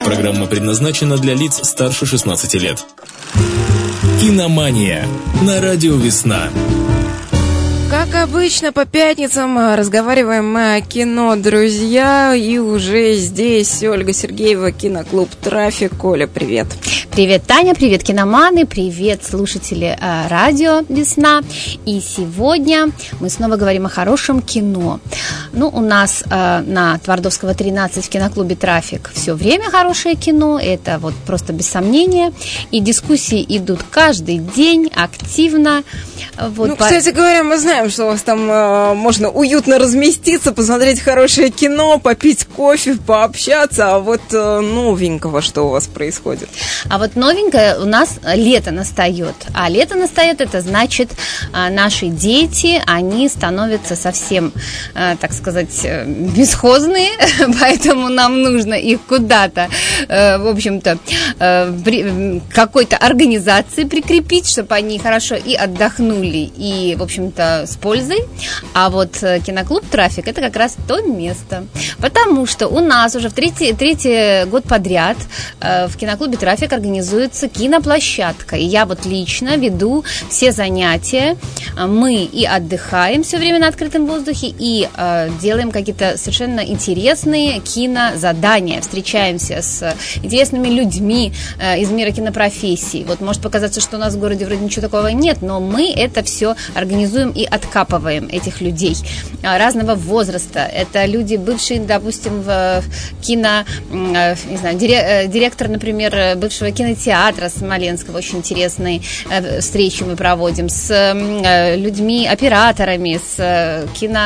программа предназначена для лиц старше 16 лет. Киномания на радио «Весна». Как обычно, по пятницам разговариваем мы о кино, друзья. И уже здесь Ольга Сергеева, киноклуб «Трафик». Оля, привет. Привет, Таня, привет, киноманы, привет, слушатели радио «Весна». И сегодня мы снова говорим о хорошем кино. У нас на Твардовского, 13 в киноклубе «Трафик» все время хорошее кино, это вот просто без сомнения. И дискуссии идут каждый день, активно. Кстати говоря, мы знаем, что у вас там можно уютно разместиться, посмотреть хорошее кино, попить кофе, пообщаться. А вот новенького что у вас происходит? А вот новенькое у нас лето настает. А лето настает, это значит, наши дети, они становятся совсем, так сказать, бесхозные, поэтому нам нужно их куда-то, в общем-то, какой-то организации прикрепить, чтобы они хорошо и отдохнули, и, в общем-то, с пользой. А вот киноклуб «Трафик» – это как раз то место. Потому что у нас уже в третий год подряд в киноклубе «Трафик» организуется киноплощадка. И я вот лично веду все занятия. Мы и отдыхаем все время на открытом воздухе, и делаем какие-то совершенно интересные кинозадания. Встречаемся с интересными людьми из мира кинопрофессий. Вот может показаться, что у нас в городе вроде ничего такого нет, но мы это все организуем и откапываем этих людей разного возраста. Это люди, бывшие, допустим, в кино, не знаю, директор, например, бывшего кинотеатра Смоленского, очень интересные встречи мы проводим с людьми, операторами, с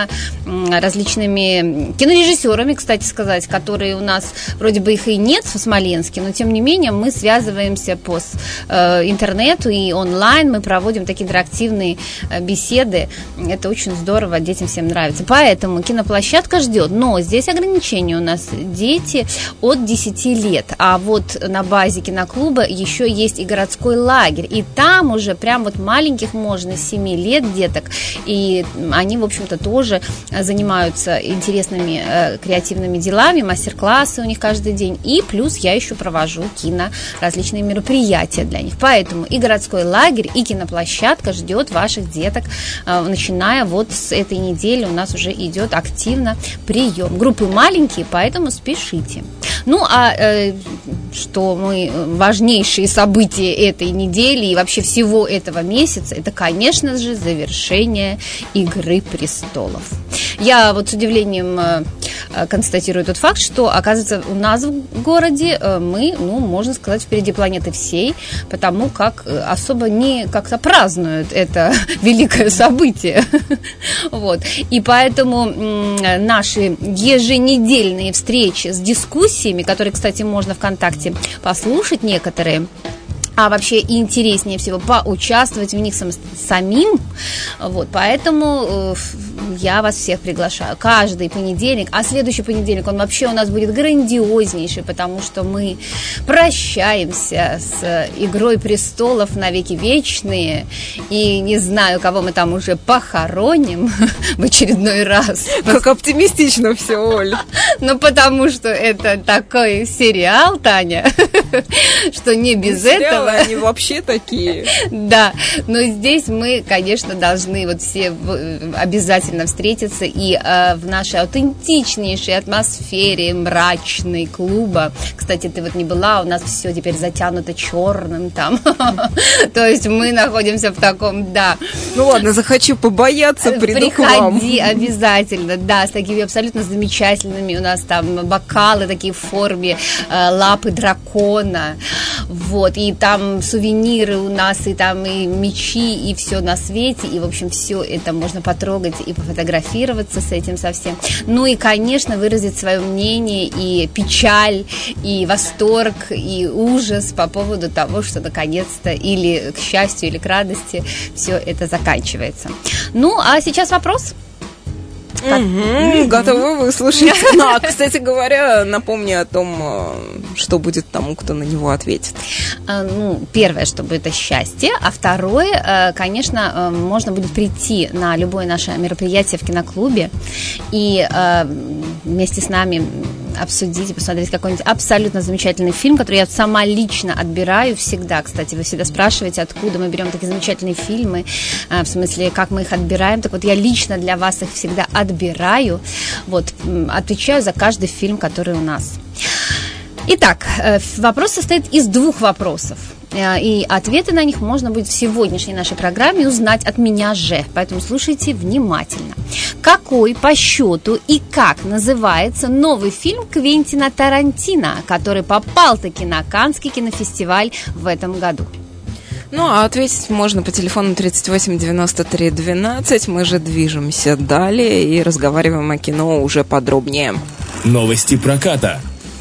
различными кинорежиссерами, кстати сказать, которые у нас вроде бы их и нет в Смоленске, но тем не менее мы связываемся по интернету и онлайн, мы проводим такие интерактивные беседы. Это очень здорово, детям всем нравится. Поэтому киноплощадка ждет. Но здесь ограничения у нас. Дети от 10 лет. А вот на базе киноклуба еще есть и городской лагерь. И там уже прям вот маленьких можно, 7 лет деток. И они, в общем-то, тоже занимаются интересными креативными делами. Мастер-классы у них каждый день. И плюс я еще провожу различные мероприятия для них. Поэтому и городской лагерь, и киноплощадка ждет ваших деток. Начиная вот с этой недели у нас уже идет активно прием. Группы маленькие, поэтому спешите. Что важнейшие события этой недели и вообще всего этого месяца, это, конечно же, завершение «Игры престолов». Я вот с удивлением констатирую тот факт, что, оказывается, у нас в городе мы, можно сказать, впереди планеты всей, потому как особо не как-то празднуют это великое событие. Вот. И поэтому наши еженедельные встречи с дискуссиями, которые, кстати, можно ВКонтакте послушать некоторые, а вообще и интереснее всего поучаствовать в них самим. Вот, поэтому я вас всех приглашаю. Каждый понедельник, а следующий понедельник, он вообще у нас будет грандиознейший, потому что мы прощаемся с «Игрой престолов» навеки вечные. И не знаю, кого мы там уже похороним в очередной раз. Как оптимистично все, Оль. Потому что это такой сериал, Таня, что не без этого. Они вообще такие. Да, но здесь мы, конечно, должны вот все обязательно встретиться и в нашей аутентичнейшей атмосфере мрачной клуба. Кстати, ты вот не была, у нас все теперь затянуто черным там. То есть мы находимся в таком, да. Ладно, захочу побояться, приду к вам. Приходи обязательно, да, с такими абсолютно замечательными у нас там бокалы такие в форме лапы дракона. Вот, и там сувениры у нас, и там и мечи, и все на свете, и, в общем, все это можно потрогать и пофотографироваться с этим совсем. И, конечно, выразить свое мнение, и печаль, и восторг, и ужас по поводу того, что наконец-то, или к счастью, или к радости, все это заканчивается. А сейчас вопрос. Готовы выслушать. Кстати говоря, напомни о том, что будет тому, кто на него ответит. Первое, что будет, это счастье, а второе, конечно, можно будет прийти на любое наше мероприятие в киноклубе и вместе с нами обсудить и посмотреть какой-нибудь абсолютно замечательный фильм, который я сама лично отбираю всегда. Кстати, вы всегда спрашиваете, откуда мы берем такие замечательные фильмы, в смысле, как мы их отбираем. Так вот, я лично для вас их всегда отбираю, вот, отвечаю за каждый фильм, который у нас. Итак, вопрос состоит из 2 вопросов. И ответы на них можно будет в сегодняшней нашей программе узнать от меня же. Поэтому слушайте внимательно. Какой по счету и как называется новый фильм Квентина Тарантино, который попал-таки на Каннский кинофестиваль в этом году? Ну, а ответить можно по телефону 38 93 12. Мы же движемся далее и разговариваем о кино уже подробнее. Новости проката.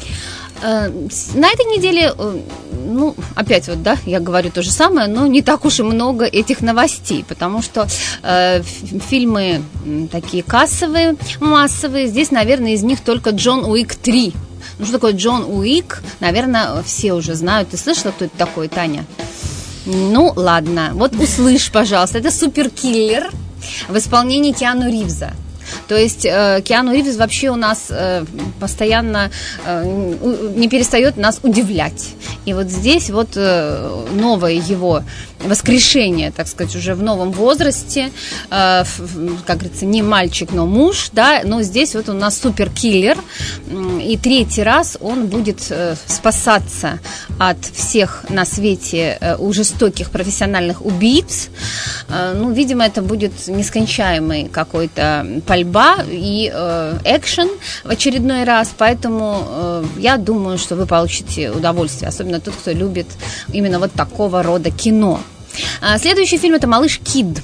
На этой неделе, ну, опять вот, да, я говорю то же самое, но не так уж и много этих новостей, потому что фильмы такие кассовые, массовые, здесь, наверное, из них только «Джон Уик 3». Ну, что такое «Джон Уик», наверное, все уже знают. Ты слышала, кто это такой, Таня? Ну, ладно, вот услышь, пожалуйста, это суперкиллер в исполнении Киану Ривза. То есть Киану Ривз вообще у нас постоянно не перестает нас удивлять. И вот здесь вот новое его воскрешение, так сказать, уже в новом возрасте, как говорится, не мальчик, но муж, да, но здесь вот у нас суперкиллер, и 3-й раз он будет спасаться от всех на свете жестоких профессиональных убийц. Ну, видимо, это будет нескончаемый какой-то пальба и экшен в очередной раз, поэтому я думаю, что вы получите удовольствие, особенно тот, кто любит именно вот такого рода кино. Следующий фильм – это «Малыш Кид».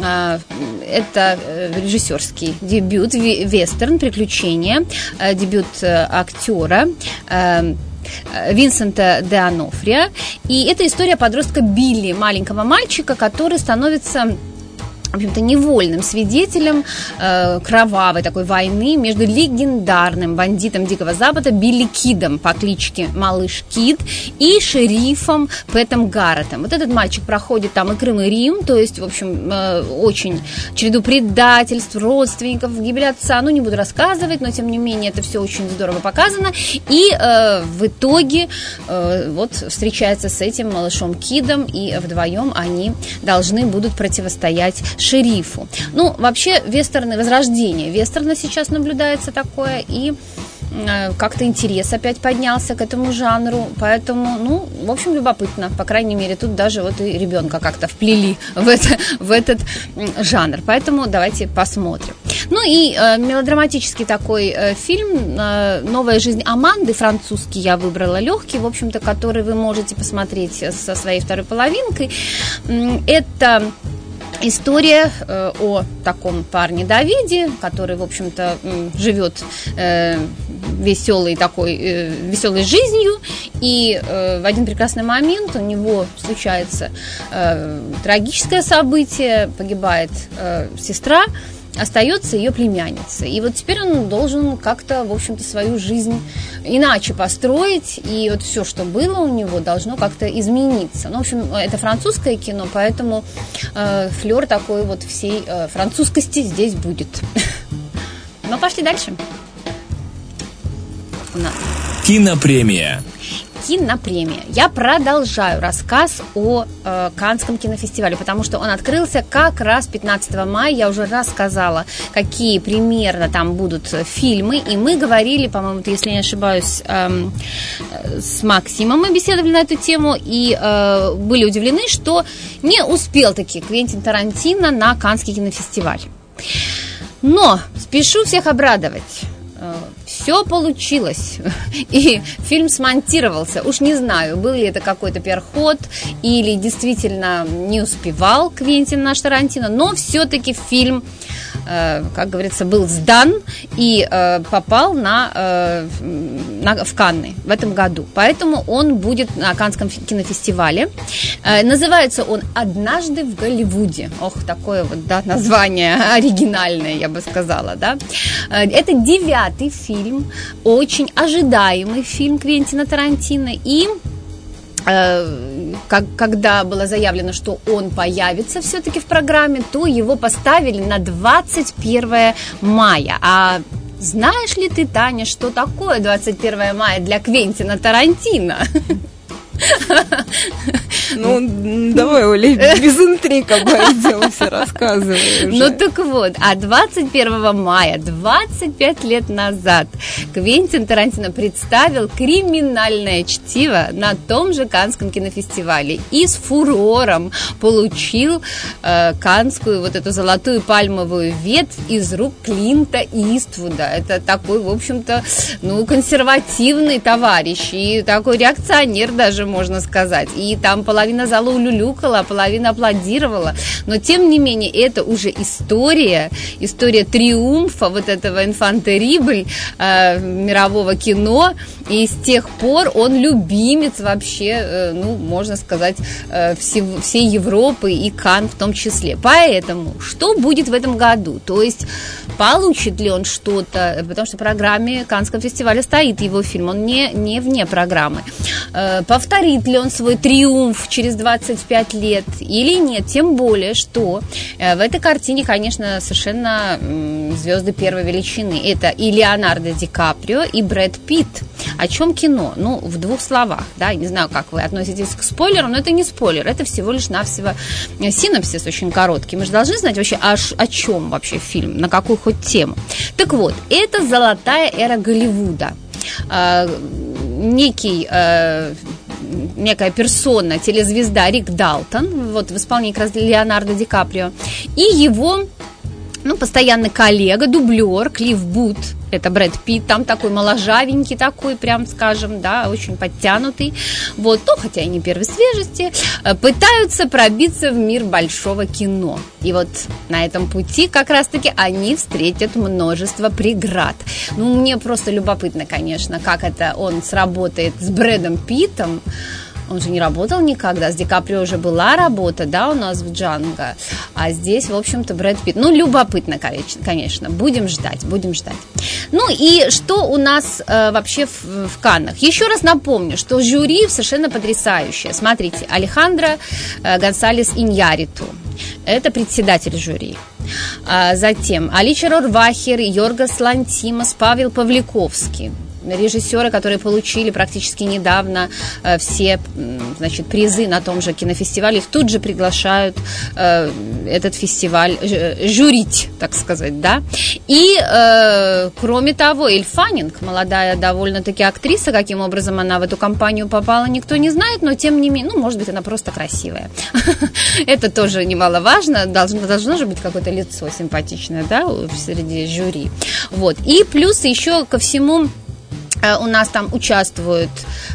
Это режиссерский дебют, вестерн, приключения, дебют актера Винсента де Онофрио. И это история подростка Билли, маленького мальчика, который становится, в общем-то, невольным свидетелем кровавой такой войны между легендарным бандитом Дикого Запада Билли Кидом по кличке Малыш Кид и шерифом Пэтом Гарретом. Вот этот мальчик проходит там и Крым, и Рим, то есть, в общем, очень череду предательств, родственников, гибель отца, ну, не буду рассказывать, но, тем не менее, это все очень здорово показано. И в итоге вот встречается с этим малышом Кидом, и вдвоем они должны будут противостоять шерифу. Ну, вообще, вестерны, возрождение вестерна сейчас наблюдается такое, и как-то интерес опять поднялся к этому жанру, поэтому, ну, в общем, любопытно, по крайней мере, тут даже вот и ребенка как-то вплели в этот жанр, поэтому давайте посмотрим. Ну и мелодраматический такой фильм «Новая жизнь Аманды», французский я выбрала, легкий, в общем-то, который вы можете посмотреть со своей второй половинкой. Это история о таком парне Давиде, который, в общем-то, живет веселой жизнью, и в один прекрасный момент у него случается трагическое событие, погибает сестра, остается ее племянница. И вот теперь он должен как-то, в общем-то, свою жизнь иначе построить, и вот все, что было у него, должно как-то измениться. Ну, в общем, это французское кино, поэтому флер такой вот всей французскости здесь будет. Ну, пошли дальше. У нас Кинопремия. Кинопремия. Я продолжаю рассказ о Каннском кинофестивале, потому что он открылся как раз 15 мая. Я уже рассказала, какие примерно там будут фильмы. И мы говорили, по-моему, если не ошибаюсь, с Максимом мы беседовали на эту тему и были удивлены, что не успел таки Квентин Тарантино на Каннский кинофестиваль. Но спешу всех обрадовать. Все получилось, и фильм смонтировался. Уж не знаю, был ли это какой-то пиар-ход или действительно не успевал Квентин наш Тарантино, но все-таки фильм, как говорится, был сдан и попал в Канны в этом году. Поэтому он будет на Каннском кинофестивале. Называется он «Однажды в Голливуде». Ох, такое вот, да, название оригинальное, я бы сказала, да. Это 9-й фильм, очень ожидаемый фильм Квентина Тарантино. И когда было заявлено, что он появится все-таки в программе, то его поставили на 21 мая. А знаешь ли ты, Таня, что такое 21 мая для Квентина Тарантино? Ну, давай, Оля, без интриг обойдемся, рассказывай уже. Ну, так вот, а 21 мая, 25 лет назад, Квентин Тарантино представил «Криминальное чтиво» на том же Каннском кинофестивале и с фурором получил каннскую вот эту золотую пальмовую ветвь из рук Клинта Иствуда. Это такой, в общем-то, ну, консервативный товарищ и такой реакционер даже, можно сказать. И там половина зала улюлюкала, половина аплодировала. Но, тем не менее, это уже история триумфа вот этого инфан-террибль мирового кино. И с тех пор он любимец вообще, ну, можно сказать, всей Европы и Канн в том числе. Поэтому, что будет в этом году? То есть, получит ли он что-то? Потому что в программе Каннского фестиваля стоит его фильм, он не вне программы. Повторит ли он свой триумф через 25 лет или нет? Тем более, что в этой картине, конечно, совершенно звезды первой величины. Это и Леонардо Ди Каприо, и Брэд Питт. О чем кино? Ну, в двух словах, да, не знаю, как вы относитесь к спойлерам, но это не спойлер, это всего лишь навсего синопсис очень короткий. Мы же должны знать вообще, о чем вообще фильм, на какую хоть тему. Так вот, это золотая эра Голливуда. Некая персона, телезвезда Рик Далтон, вот в исполнении как раз Леонардо Ди Каприо, и его, ну, постоянный коллега, дублер Клифф Бут, это Брэд Питт, там такой моложавенький такой, прям скажем, да, очень подтянутый, вот, ну, хотя и не первой свежести, пытаются пробиться в мир большого кино. И вот на этом пути как раз-таки они встретят множество преград. Ну, мне просто любопытно, конечно, как это он сработает с Брэдом Питтом. Он же не работал никогда, с Ди Каприо уже была работа, да, у нас в «Джанго», а здесь, в общем-то, Брэд Питт. Ну, любопытно, конечно, будем ждать. Ну, и что у нас вообще в Каннах? Еще раз напомню, что жюри совершенно потрясающее. Смотрите, Алехандро Гонсалес Иньярриту, это председатель жюри. Затем Алича Рорвахер, Йоргос Лантимос, Павел Павликовский. Режиссеры, которые получили практически недавно все, значит, призы на том же кинофестивале, их тут же приглашают этот фестиваль жюрить, так сказать, да. И, кроме того, Эль Фаннинг, молодая довольно-таки актриса, каким образом она в эту компанию попала, никто не знает, но тем не менее, ну, может быть, она просто красивая. Это тоже немаловажно, должно же быть какое-то лицо симпатичное, да, среди жюри. Вот. И плюс еще ко всему, у нас там участвует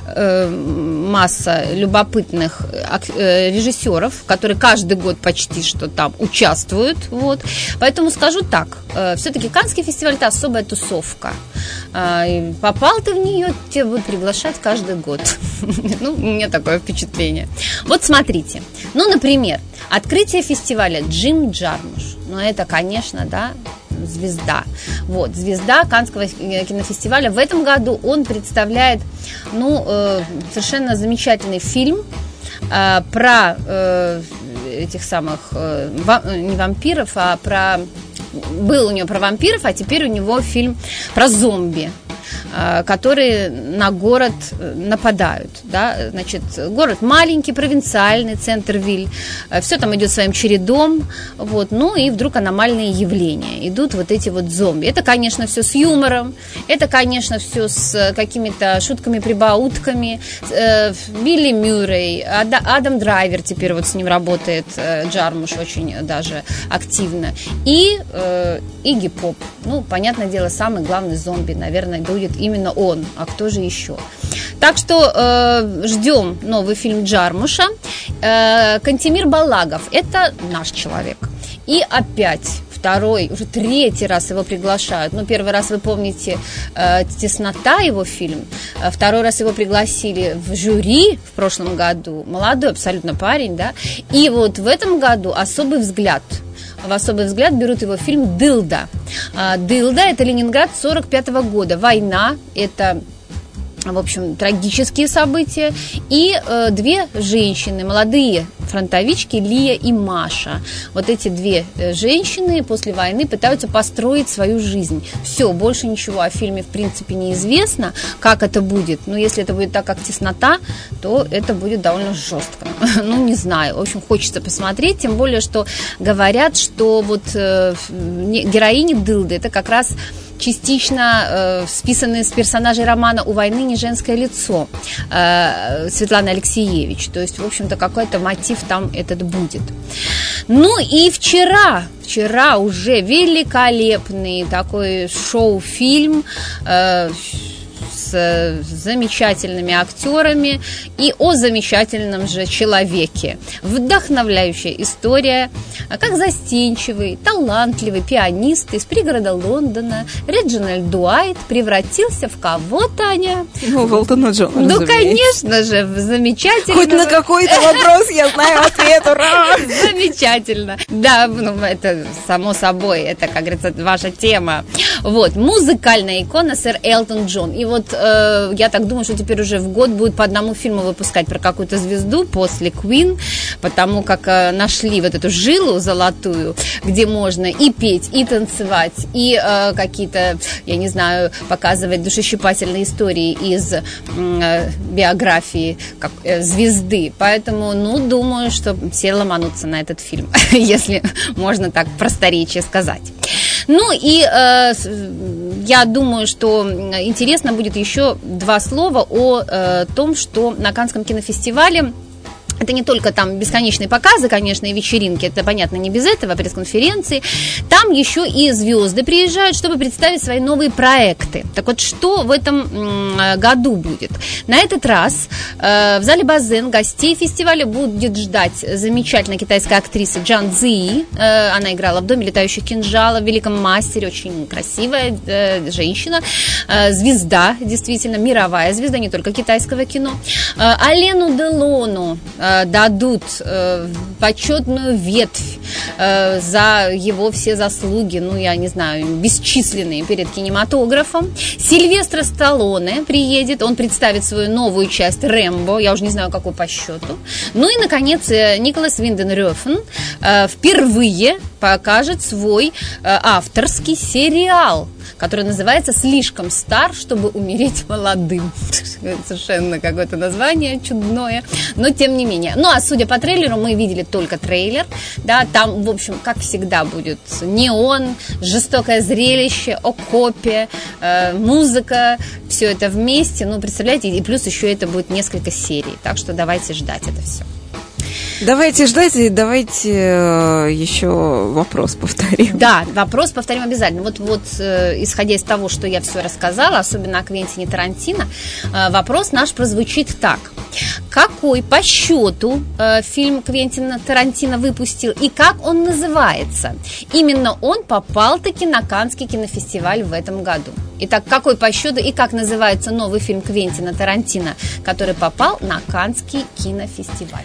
масса любопытных режиссеров, которые каждый год почти что там участвуют. Вот. Поэтому скажу так, все-таки Каннский фестиваль – это особая тусовка. Попал ты в нее, тебя будут приглашать каждый год. Ну, у меня такое впечатление. Вот смотрите. Ну, например, открытие фестиваля Джим Джармуш. Ну, это, конечно, да, звезда. Вот, звезда Каннского кинофестиваля. В этом году он представляет, ну, совершенно замечательный фильм про этих самых, не вампиров, а про... Был у него про вампиров, а теперь у него фильм про зомби, которые на город нападают, да, значит, город маленький, провинциальный, Центервиль, все там идет своим чередом, вот, ну и вдруг аномальные явления, идут вот эти вот зомби. Это, конечно, все с юмором, это, конечно, все с какими-то шутками-прибаутками, Билли Мюррей, Адам Драйвер теперь вот с ним работает, Джармуш очень даже активно, и Игги Поп, ну, понятное дело, самый главный зомби, наверное, будет именно он, а кто же еще? Так что ждем новый фильм Джармуша. Кантемир Балагов, это наш человек. И опять второй, уже третий раз его приглашают. Ну, первый раз, вы помните, «Теснота», его фильм. Второй раз его пригласили в жюри в прошлом году. Молодой абсолютно парень, да. И вот в этом году «Особый взгляд». В особый взгляд берут его фильм «Дылда». «Дылда» – это Ленинград 1945 года. Война – это, в общем, трагические события. И две женщины, молодые, фронтовички Лия и Маша. Вот эти две женщины после войны пытаются построить свою жизнь. Все, больше ничего о фильме в принципе неизвестно, как это будет. Но если это будет так, как «Теснота», то это будет довольно жестко. Ну, не знаю. В общем, хочется посмотреть, тем более, что говорят, что вот героиня Дылды это как раз частично списанные с персонажей романа «У войны не женское лицо» Светланы Алексеевич. То есть, в общем-то, какой-то мотив там этот будет. Ну и вчера уже великолепный такой шоу-фильм с замечательными актерами и о замечательном же человеке. Вдохновляющая история, как застенчивый, талантливый пианист из пригорода Лондона Реджинальд Дуайт превратился в кого, Таня? Ну, в Элтона Джона. Ну, конечно же, в замечательного... Хоть на какой-то вопрос я знаю ответ, ура! Замечательно. Да, ну, это само собой, это, как говорится, ваша тема. Вот, музыкальная икона сэр Элтон Джон. И вот я так думаю, что теперь уже в год будет по одному фильму выпускать про какую-то звезду после Queen, потому как нашли вот эту жилу золотую, где можно и петь, и танцевать, и какие-то, я не знаю, показывать душещипательные истории из биографии звезды. Поэтому, ну, думаю, что все ломанутся на этот фильм, если можно так просторечие сказать. Ну и я думаю, что интересно будет еще два слова о том, что на Каннском кинофестивале это не только там бесконечные показы, конечно, и вечеринки, это понятно не без этого, пресс-конференции. Там еще и звезды приезжают, чтобы представить свои новые проекты. Так вот, что в этом году будет? На этот раз в зале «Базен» гостей фестиваля будет ждать замечательная китайская актриса Джан Цзи. Она играла в «Доме летающих кинжалов», в «Великом мастере», очень красивая женщина, звезда, действительно, мировая звезда, не только китайского кино. Алену Делону дадут почетную ветвь за его все заслуги, ну, я не знаю, бесчисленные перед кинематографом. Сильвестр Сталлоне приедет, он представит свою новую часть «Рэмбо», я уже не знаю, какой по счету. Ну и, наконец, Николас Винден Рёфен впервые покажет свой авторский сериал, который называется «Слишком стар, чтобы умереть молодым». Совершенно какое-то название чудное, но тем не менее. Ну, а судя по трейлеру, мы видели только трейлер, да, там, в общем, как всегда, будет неон, жестокое зрелище, окопе, музыка, все это вместе, ну, представляете, и плюс еще это будет несколько серий, так что давайте ждать это все. Давайте ждать и давайте еще вопрос повторим. Да, вопрос повторим обязательно. Вот исходя из того, что я все рассказала, особенно о Квентине Тарантино, вопрос наш прозвучит так. Какой по счету фильм Квентина Тарантино выпустил и как он называется? Именно он попал-таки на Каннский кинофестиваль в этом году. Итак, какой по счету и как называется новый фильм Квентина Тарантино, который попал на Каннский кинофестиваль?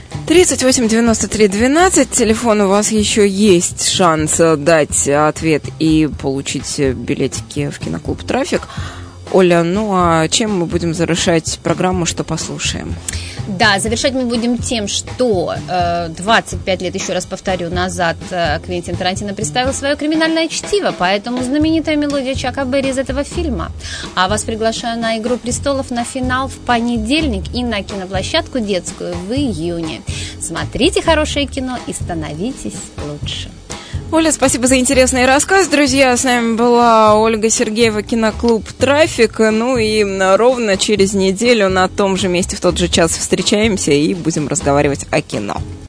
38-93-12. Телефон у вас еще есть шанс дать ответ и получить билетики в киноклуб «Трафик». Оля, ну а чем мы будем завершать программу, что послушаем? Да, завершать мы будем тем, что 25 лет, еще раз повторю, назад Квентин Тарантино представил свое «Криминальное чтиво», поэтому знаменитая мелодия Чака Берри из этого фильма. А вас приглашаю на «Игру престолов» на финал в понедельник и на киноплощадку детскую в июне. Смотрите хорошее кино и становитесь лучше. Оля, спасибо за интересный рассказ. Друзья, с нами была Ольга Сергеева, киноклуб «Трафик». Ну и ровно через неделю на том же месте, в тот же час встречаемся и будем разговаривать о кино.